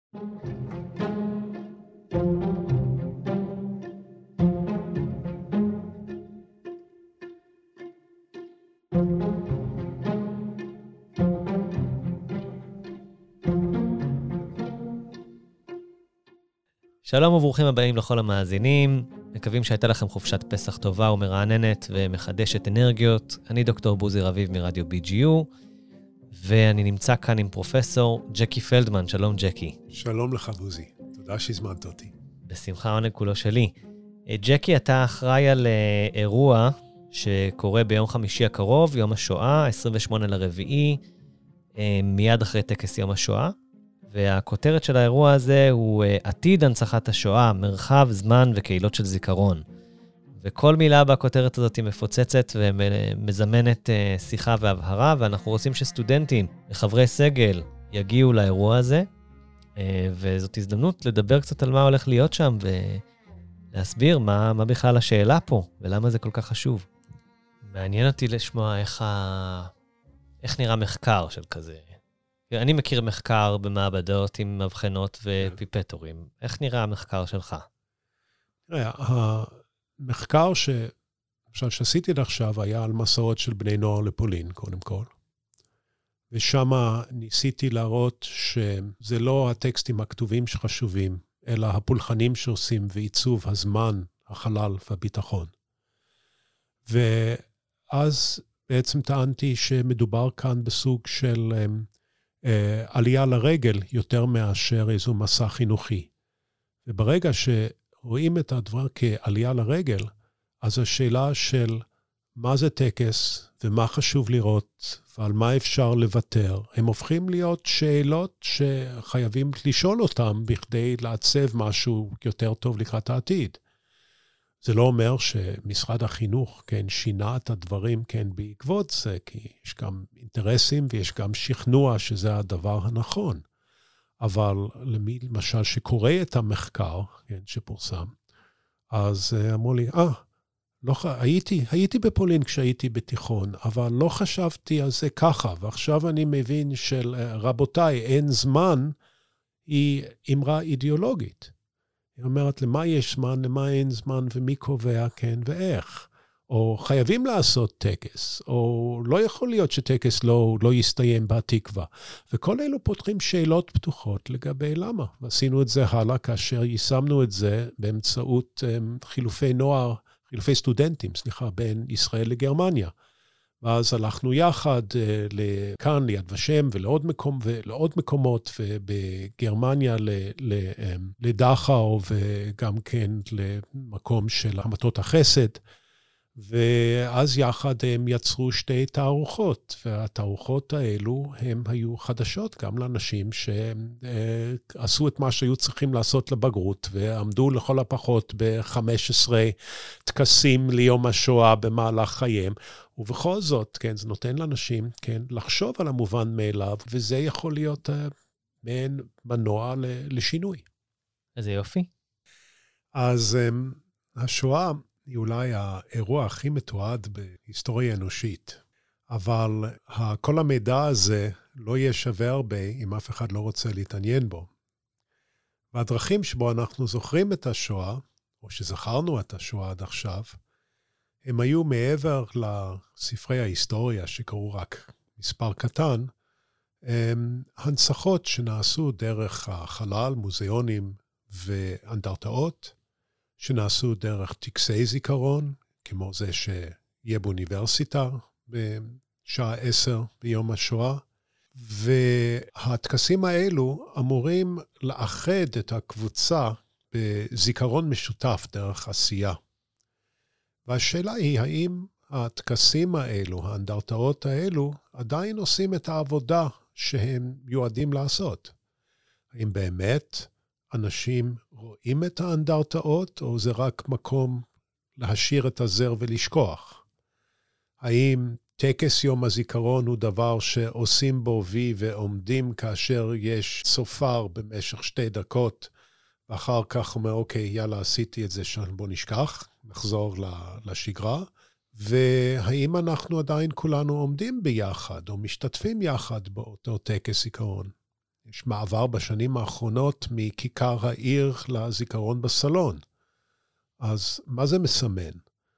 שלום וברוכים הבאים לכל המאזינים, מקווים שהייתה לכם חופשת פסח טובה ומרעננת ומחדשת אנרגיות. אני דוקטור בוזי רביב מרדיו BGU, ואני נמצא כאן עם פרופסור ג'קי פלדמן. שלום ג'קי. שלום לך בוזי, תודה שהזמנת אותי. בשמחה, עונג כולו שלי. ג'קי, אתה אחראי על אירוע שקורה ביום חמישי הקרוב, יום השואה, 28/4, מיד אחרי טקס יום השואה. והכותרת של האירוע הזה הוא עתיד הנצחת השואה, מרחב, זמן וקהילות של זיכרון. וכל מילה בכותרת הזאת היא מפוצצת ומזמנת שיחה והבהרה, ואנחנו רוצים שסטודנטים וחברי סגל יגיעו לאירוע הזה, וזאת הזדמנות לדבר קצת על מה הולך להיות שם, ולהסביר מה בכלל השאלה פה, ולמה זה כל כך חשוב. מעניין אותי לשמוע איך נראה מחקר של כזה. אני מכיר מחקר במעבדות עם מבחנות ופיפטורים. איך נראה המחקר שלך? המחקר שעשיתי עד עכשיו היה על מסעות של בני נוער לפולין, קודם כל. ושם ניסיתי להראות שזה לא הטקסטים הכתובים שחשובים, אלא הפולחנים שעושים ועיצוב הזמן, החלל והביטחון. ואז בעצם טענתי שמדובר כאן בסוג של עלייה לרגל יותר מאשר איזו מסע חינוכי. וברגע שרואים את הדבר כעלייה לרגל, אז השאלה של מה זה טקס ומה חשוב לראות ועל מה אפשר לוותר, הם הופכים להיות שאלות שחייבים לשאול אותם בכדי לעצב משהו יותר טוב לקראת העתיד. זה לא אומר שמשרד החינוך, כן, שינה את הדברים, כן, בעקבות זה, כי יש גם אינטרסים ויש גם שכנוע שזה הדבר הנכון. אבל למי, למשל, שקורא את המחקר, כן, שפורסם, אז אמרו לי, הייתי בפולין כשהייתי בתיכון, אבל לא חשבתי על זה ככה, ועכשיו אני מבין של רבותיי, אין זמן, היא אמרה אידיאולוגית. היא אומרת, למה יש זמן, למה אין זמן, ומי קובע, כן, ואיך. או חייבים לעשות טקס, או לא יכול להיות שטקס לא יסתיים בתקווה. וכל אלו פותחים שאלות פתוחות לגבי למה. ועשינו את זה הלאה כאשר יישמנו את זה באמצעות חילופי סטודנטים, בין ישראל לגרמניה. ואז הלכנו יחד לכאן, ליד ושם, ולעוד מקומות, ובגרמניה לדחאו, וגם כן למקום של המתות החסד. ואז יחד הם יצרו שתי תערוכות, והתערוכות האלו הם היו חדשות גם לאנשים שעשו את מה שהיו צריכים לעשות לבגרות, ועמדו לכל הפחות ב-15 טקסים ליום השואה במהלך חייהם. ובכל זאת, כן, זה נותן לאנשים, כן, לחשוב על המובן מאליו, וזה יכול להיות מעין מנוע לשינוי. איזה יופי. אז השואה היא אולי האירוע הכי מתועד בהיסטוריה אנושית, אבל כל המידע הזה לא יהיה שווה הרבה אם אף אחד לא רוצה להתעניין בו. והדרכים שבו אנחנו זוכרים את השואה, או שזכרנו את השואה עד עכשיו, הם היו מעבר לספרי ההיסטוריה שקראו רק מספר קטן, הנצחות שנעשו דרך החלל, מוזיאונים ואנדרטאות, שנעשו דרך טקסי זיכרון, כמו זה שיהיה באוניברסיטה בשעה 10 ביום השואה, והטקסים האלו אמורים לאחד את הקבוצה בזיכרון משותף דרך עשייה. והשאלה היא, האם הטקסים האלו, האנדרטאות האלו, עדיין עושים את העבודה שהם מיועדים לעשות? האם באמת אנשים רואים את האנדרטאות, או זה רק מקום להשאיר את הזר ולשכוח? האם טקס יום הזיכרון הוא דבר שעושים בו וי ועומדים כאשר יש סופר במשך 2 דקות, ואחר כך אומר, אוקיי, יאללה, עשיתי את זה, בוא נשכח, נחזור לשגרה, והאם אנחנו עדיין כולנו עומדים ביחד, או משתתפים יחד באותו טקס זיכרון? יש מעבר בשנים האחרונות מכיכר העיר לזיכרון בסלון. אז מה זה מסמן?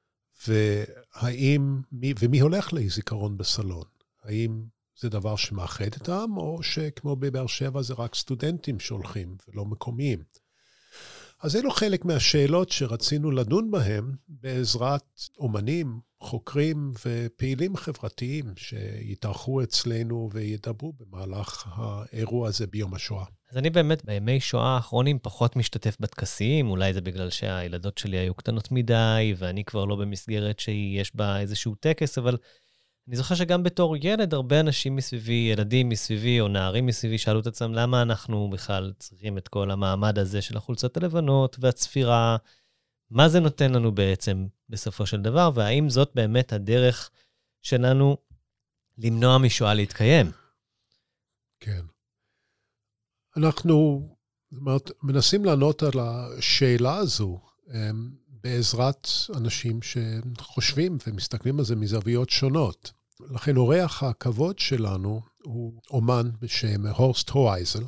ומי הולך לזיכרון בסלון? האם זה דבר שמאחד את העם, או שכמו בבאר שבע זה רק סטודנטים שהולכים ולא מקומיים? אז אלו חלק מהשאלות שרצינו לדון בהם בעזרת אומנים, חוקרים ופעילים חברתיים שיתארחו אצלנו וידברו במהלך האירוע הזה ביום השואה. אז אני באמת בימי שואה האחרונים פחות משתתף בטקסים, אולי זה בגלל שהילדות שלי היו קטנות מדי, ואני כבר לא במסגרת שיש בה איזשהו טקס, אבל אני זוכר שגם בתור ילד, הרבה אנשים מסביבי, ילדים מסביבי או נערים מסביבי, שאלו את עצמם למה אנחנו בכלל צריכים את כל המעמד הזה של החולצות הלבנות והצפירה, מה זה נותן לנו בעצם בסופו של דבר, והאם זאת באמת הדרך שלנו למנוע משואה להתקיים? כן. אנחנו מנסים לענות על השאלה הזו בעזרת אנשים שחושבים ומסתכלים על זה מזוויות שונות. לכן אורח הכבוד שלנו הוא אומן בשם הורסט הויזל,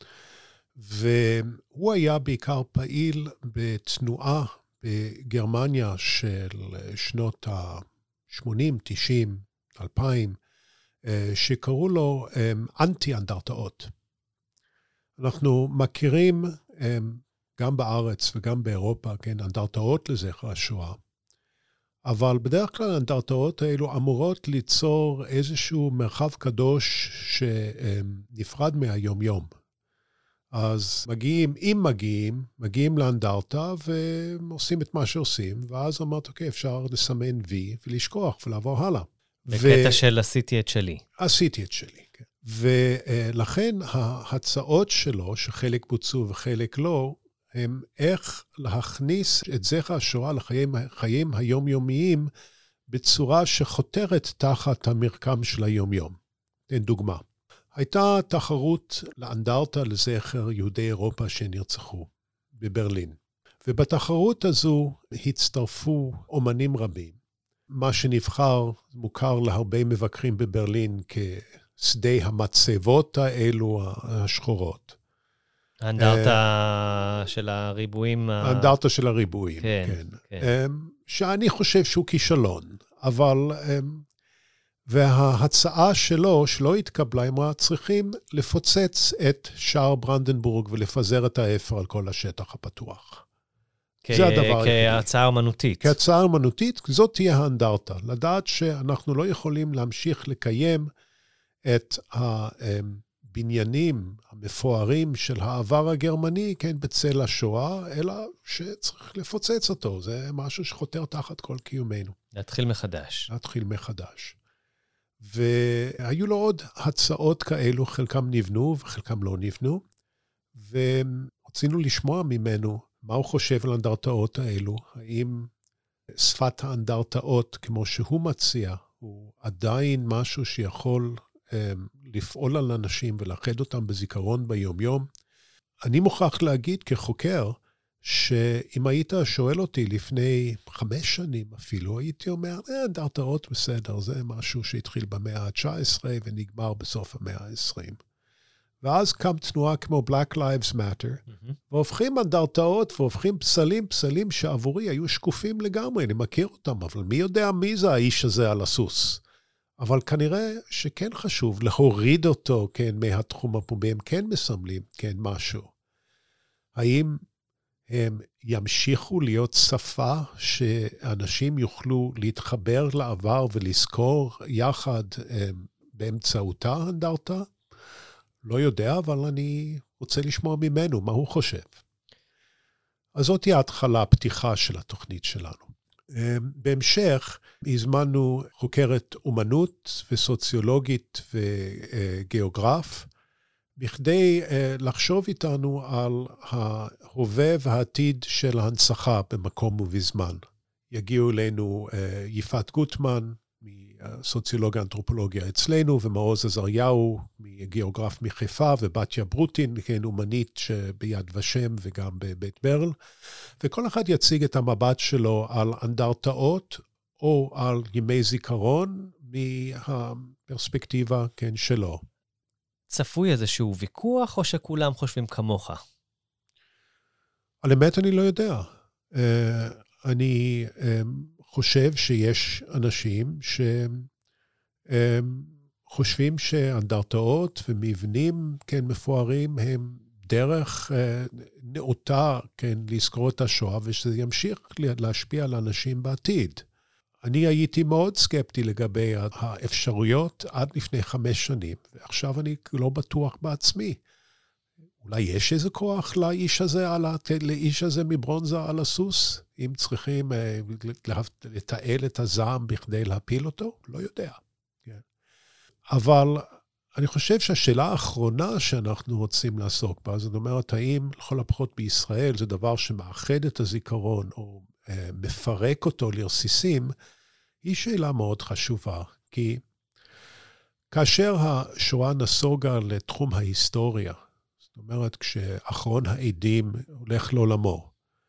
והוא היה בעיקר פעיל בתנועה בגרמניה של שנות ה-80, 90, 2000, שקראו לו אנטי-אנדרטאות. אנחנו מכירים גם בארץ וגם באירופה, כן, אנדרטאות לזכר השואה, אבל בדרך כלל האנדרטאות האלו אמורות ליצור איזשהו מרחב קדוש שנפרד מהיום-יום. אז מגיעים לאנדרטה ועושים את מה שעושים, ואז אמרת, אוקיי, אפשר לסמן וי ולשכוח ולעבור הלאה. בקטע של עשיתי את שלי. עשיתי את שלי, כן. ולכן ההצעות שלו, שחלק בוצעו וחלק לא, הם איך להכניס את זכר השואה לחיים היומיומיים בצורה שחותרת תחת המרקם של היום-יום. תן דוגמה. הייתה תחרות לאנדרטה לזכר יהודי אירופה שנרצחו בברלין. ובתחרות הזו הצטרפו אומנים רבים. מה שנבחר מוכר להרבה מבקרים בברלין כשדה המצבות האלו השחורות. האנדרטה של הריבועים. האנדרטה של הריבועים, כן. שאני חושב שהוא כישלון, אבל וההצעה שלא התקבלה, הם צריכים לפוצץ את שער ברנדנבורג ולפזר את האפר על כל השטח הפתוח. זה הדבר היחידי. כהצעה אומנותית. כהצעה אומנותית, זאת תהיה האנדרטה. לדעת שאנחנו לא יכולים להמשיך לקיים את הבניינים המפוארים של העבר הגרמני, כן, בצל השואה, אלא שצריך לפוצץ אותו. זה משהו שחותר תחת כל קיומנו. להתחיל מחדש. להתחיל מחדש. והיו לו עוד הצעות כאלו, חלקם נבנו וחלקם לא נבנו, ורצינו לשמוע ממנו מה הוא חושב על האנדרטאות האלו, האם שפת האנדרטאות, כמו שהוא מציע, הוא עדיין משהו שיכול לפעול על אנשים ולאחד אותם בזיכרון ביום-יום. אני מוכרח להגיד כחוקר, שאם היית שואל אותי לפני 5 שנים אפילו, הייתי אומר, אנדרטאות בסדר, זה משהו שהתחיל במאה ה-19 ונגמר בסוף המאה ה-20. ואז קם תנועה כמו Black Lives Matter, והופכים אנדרטאות והופכים פסלים שעבורי היו שקופים לגמרי, אני מכיר אותם, אבל מי יודע מי זה האיש הזה על הסוס? אבל כנראה שכן חשוב להוריד אותו, כן, מהתחום הפומבי, הם כן מסמלים, כן, משהו. האם הם ימשיכו להיות שפה שאנשים יוכלו להתחבר לעבר ולזכור יחד באמצעותה האנדרטה? לא יודע, אבל אני רוצה לשמוע ממנו מה הוא חושב. אז זאת היא ההתחלה, הפתיחה של התוכנית שלנו. בהמשך, הזמנו חוקרת אומנות וסוציולוגית וגיאוגרף, בכדי לחשוב איתנו על ההווה והעתיד של ההנצחה במקום ובזמן. יגיעו אלינו יפעת גוטמן, מסוציולוגיה אנתרופולוגיה אצלנו, ומעוז עזריהו, גיאוגרף מחיפה, ובתיה ברוטין, כן, אומנית ביד ושם וגם בבית ברל, וכל אחד יציג את המבט שלו על אנדרטאות, או על ימי זיכרון, מהפרספקטיבה, כן, שלו. צפוי איזשהו ויכוח, או שכולם חושבים כמוך? על אמת אני לא יודע. אני חושב שיש אנשים שחושבים שאנדרטאות ומבנים כן מפוארים הם דרך נאותה כן לזכור את השואה, ושזה ימשיך להשפיע על אנשים בעתיד. אני הייתי מאוד סקפטי לגבי האפשרויות עד לפני 5 שנים, ועכשיו אני לא בטוח בעצמי. אולי יש איזה כוח לאיש הזה מברונזה על הסוס, אם צריכים לתעל את הזעם בכדי להפיל אותו? לא יודע. אבל אני חושב שהשאלה האחרונה שאנחנו רוצים לעסוק בה, זאת אומרת, האם לכל הפחות בישראל זה דבר שמאחד את הזיכרון, או מפרק אותו לרסיסים, היא שאלה מאוד חשובה, כי כאשר השואה נסוגה לתחום ההיסטוריה, זאת אומרת, כשאחרון העדים הולך לעולמו,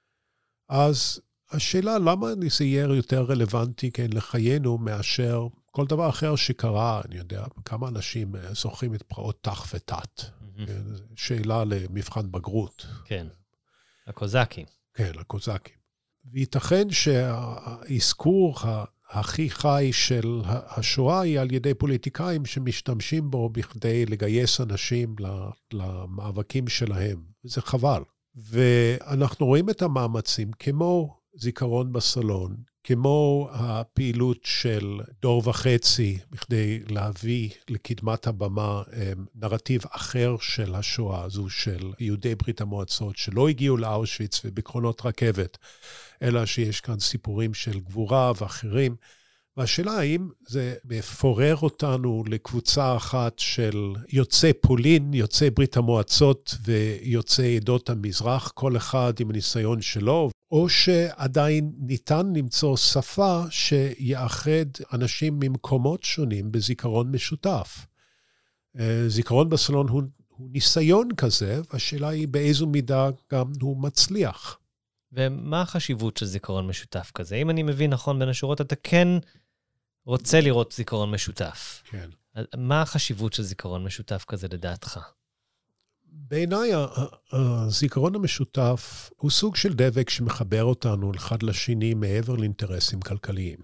אז השאלה למה זה יהיה יותר רלוונטי כן לחיינו מאשר כל דבר אחר שקרה, אני יודע, כמה אנשים זוכרים את פרעות תח ותת. שאלה למבחן בגרות. כן, הקוזקים. כן, הקוזקים. וייתכן שהאזכור הכי חי של השואה היא על ידי פוליטיקאים שמשתמשים בו בכדי לגייס אנשים למאבקים שלהם. וזה חבל. ואנחנו רואים את המאמצים כמו זיכרון בסלון, כמו הפעילות של דור וחצי, בכדי להביא לקדמת הבמה נרטיב אחר של השואה, הזו של יהודי ברית המועצות, שלא הגיעו לאושוויץ ובקרונות רכבת, אלא שיש כאן סיפורים של גבורה ואחרים. והשאלה האם זה מפורר אותנו לקבוצה אחת של יוצאי פולין, יוצאי ברית המועצות ויוצאי עדות המזרח, כל אחד עם הניסיון שלו, או שעדיין ניתן למצוא שפה שיאחד אנשים ממקומות שונים בזיכרון משותף. זיכרון בסלון הוא ניסיון כזה, והשאלה היא באיזו מידה גם הוא מצליח. ומה החשיבות של זיכרון משותף כזה? אם אני מבין נכון בין השורות, אתה כן רוצה לראות זיכרון משותף. כן. מה החשיבות של זיכרון משותף כזה לדעתך? בעיניי, הזיכרון המשותף הוא סוג של דבק שמחבר אותנו אחד לשני מעבר לאינטרסים כלכליים.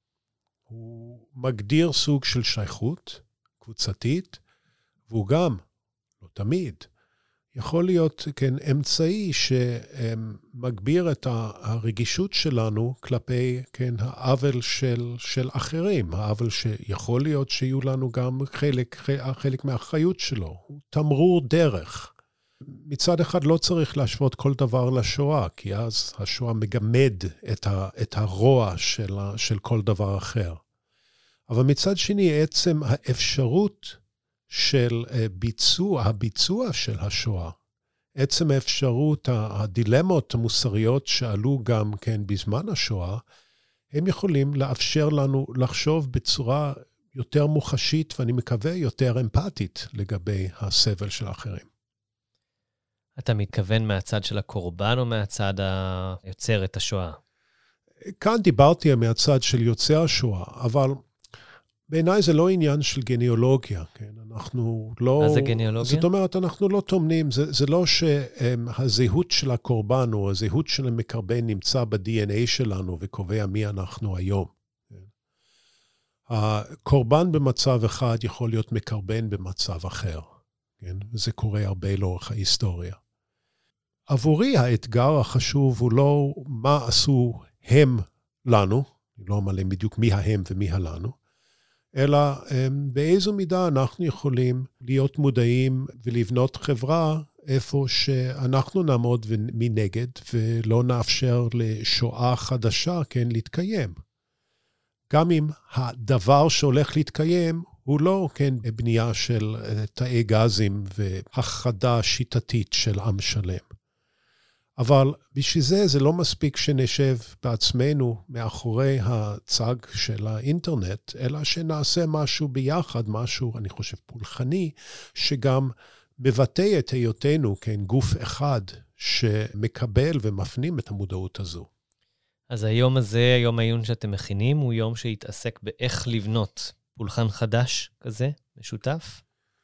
הוא מגדיר סוג של שייכות קבוצתית, והוא גם, לא תמיד, יכול להיות כן אמצעי שמגביר את הרגישות שלנו כלפי כן העוול של אחרים, העוול שיכול להיות שיהיו לנו גם חלק מהאחריות שלו. הוא תמרור דרך. מצד אחד לא צריך להשוות כל דבר לשואה, כי אז השואה מגמד את הרוע של כל דבר אחר. אבל מצד שני, עצם האפשרות של הביצוע של השואה, עצם האפשרות, הדילמות המוסריות שעלו גם כן בזמן השואה, הם יכולים לאפשר לנו לחשוב בצורה יותר מוחשית, ואני מקווה יותר אמפתית לגבי הסבל של האחרים. אתה מתכוון מהצד של הקורבן או מהצד היוצר את השואה? כאן דיברתי מהצד של יוצר השואה, אבל בעיניי זה לא עניין של גניאולוגיה, כן? אנחנו לא... מה זה גניאולוגיה? זאת אומרת, אנחנו לא תומנים, זה לא שהזהות של הקורבן או הזהות של המקרבן נמצא ב-DNA שלנו וקובע מי אנחנו היום. הקורבן במצב אחד יכול להיות מקרבן במצב אחר, כן? וזה קורה הרבה לאורך ההיסטוריה. עבורי האתגר החשוב הוא לא מה עשו הם לנו, אני לא אומר להם בדיוק מי ההם ומי הלנו, אלא באיזו מידה אנחנו יכולים להיות מודעים ולבנות חברה איפה שאנחנו נעמוד מנגד ולא נאפשר לשואה חדשה כן להתקיים. גם אם הדבר שהולך להתקיים הוא לא כן בנייה של תאי גזים והכחדה שיטתית של עם שלם. אבל בשביל זה לא מספיק שנשב בעצמנו מאחורי הצג של האינטרנט, אלא שנעשה משהו ביחד, משהו, אני חושב, פולחני, שגם מבטא את היותנו כן גוף אחד שמקבל ומפנים את המודעות הזו. אז היום הזה, היום העיון שאתם מכינים, הוא יום שהתעסק באיך לבנות פולחן חדש כזה, משותף?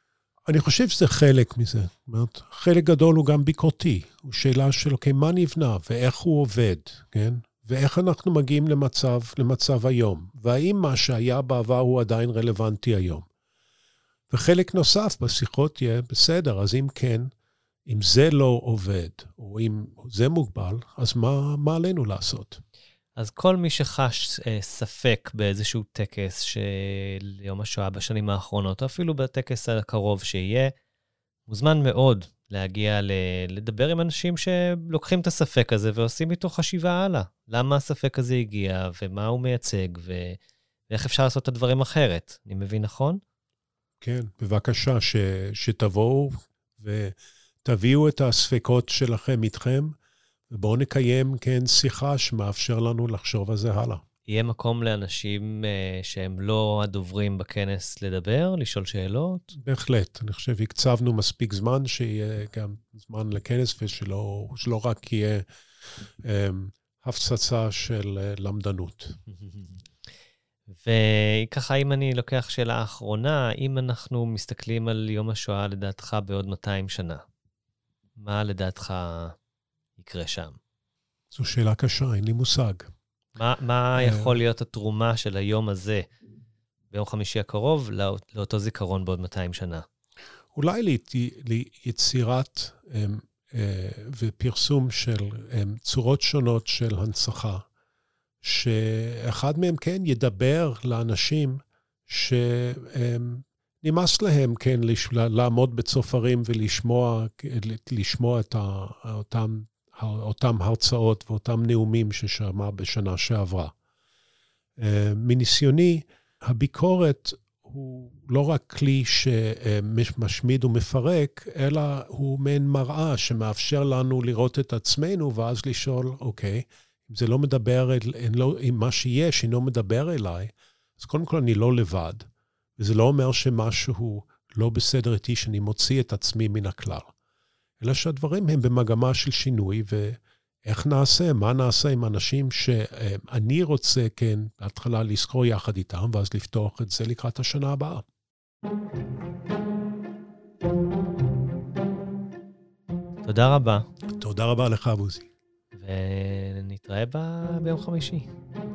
אני חושב שזה חלק מזה. זאת אומרת, חלק גדול הוא גם ביקורתי. הוא שאלה של, אוקיי, מה נבנה ואיך הוא עובד, כן? ואיך אנחנו מגיעים למצב היום. והאם מה שהיה בעבר הוא עדיין רלוונטי היום. וחלק נוסף בשיחות יהיה בסדר, אז אם כן, אם זה לא עובד, או אם זה מוגבל, אז מה עלינו לעשות? אז כל מי שחש ספק באיזשהו טקס של יום השואה בשנים האחרונות, או אפילו בטקס הקרוב שיהיה, מוזמן מאוד להגיע לדבר עם אנשים שלוקחים את הספק הזה ועושים איתו חשיבה הלאה. למה הספק הזה הגיע, ומה הוא מייצג, ואיך אפשר לעשות את הדברים אחרת. אני מבין נכון? כן, בבקשה שתבואו ותביאו את הספקות שלכם איתכם, ובואו נקיים, כן, שיחה שמאפשר לנו לחשוב על זה הלאה. יהיה מקום לאנשים שהם לא הדוברים בכנס לדבר, לשאול שאלות? בהחלט. אני חושב, הקצבנו מספיק זמן, שיהיה גם זמן לכנס, ושלא רק יהיה הפצצה של למדנות. וככה, אם אני לוקח שאלה האחרונה, אם אנחנו מסתכלים על יום השואה לדעתך בעוד 200 שנה, מה לדעתך יקרה שם? זו שאלה קשה, אין לי מושג. מה יכול להיות התרומה של היום הזה, ביום חמישי הקרוב, לאותו זיכרון בעוד 200 שנה? אולי ליצירת ופרסום של צורות שונות של הנצחה, שאחד מהם כן ידבר לאנשים שנמאס להם כן לעמוד בצופרים ולשמוע את אותם הרצאות ואותם נאומים ששמע בשנה שעברה. מניסיוני, הביקורת הוא לא רק כלי שמשמיד ומפרק, אלא הוא מעין מראה שמאפשר לנו לראות את עצמנו, ואז לשאול, אוקיי, אם זה לא מדבר, אם מה שיש אינו מדבר אליי, אז קודם כל אני לא לבד, וזה לא אומר שמשהו לא בסדר איתי, שאני מוציא את עצמי מן הכלל. אלא שהדברים הם במגמה של שינוי, ואיך נעשה, מה נעשה עם אנשים שאני רוצה, כן, בהתחלה לזכור יחד איתם, ואז לפתוח את זה לקראת השנה הבאה. תודה רבה. תודה רבה לך, בוזי. ונתראה ביום חמישי.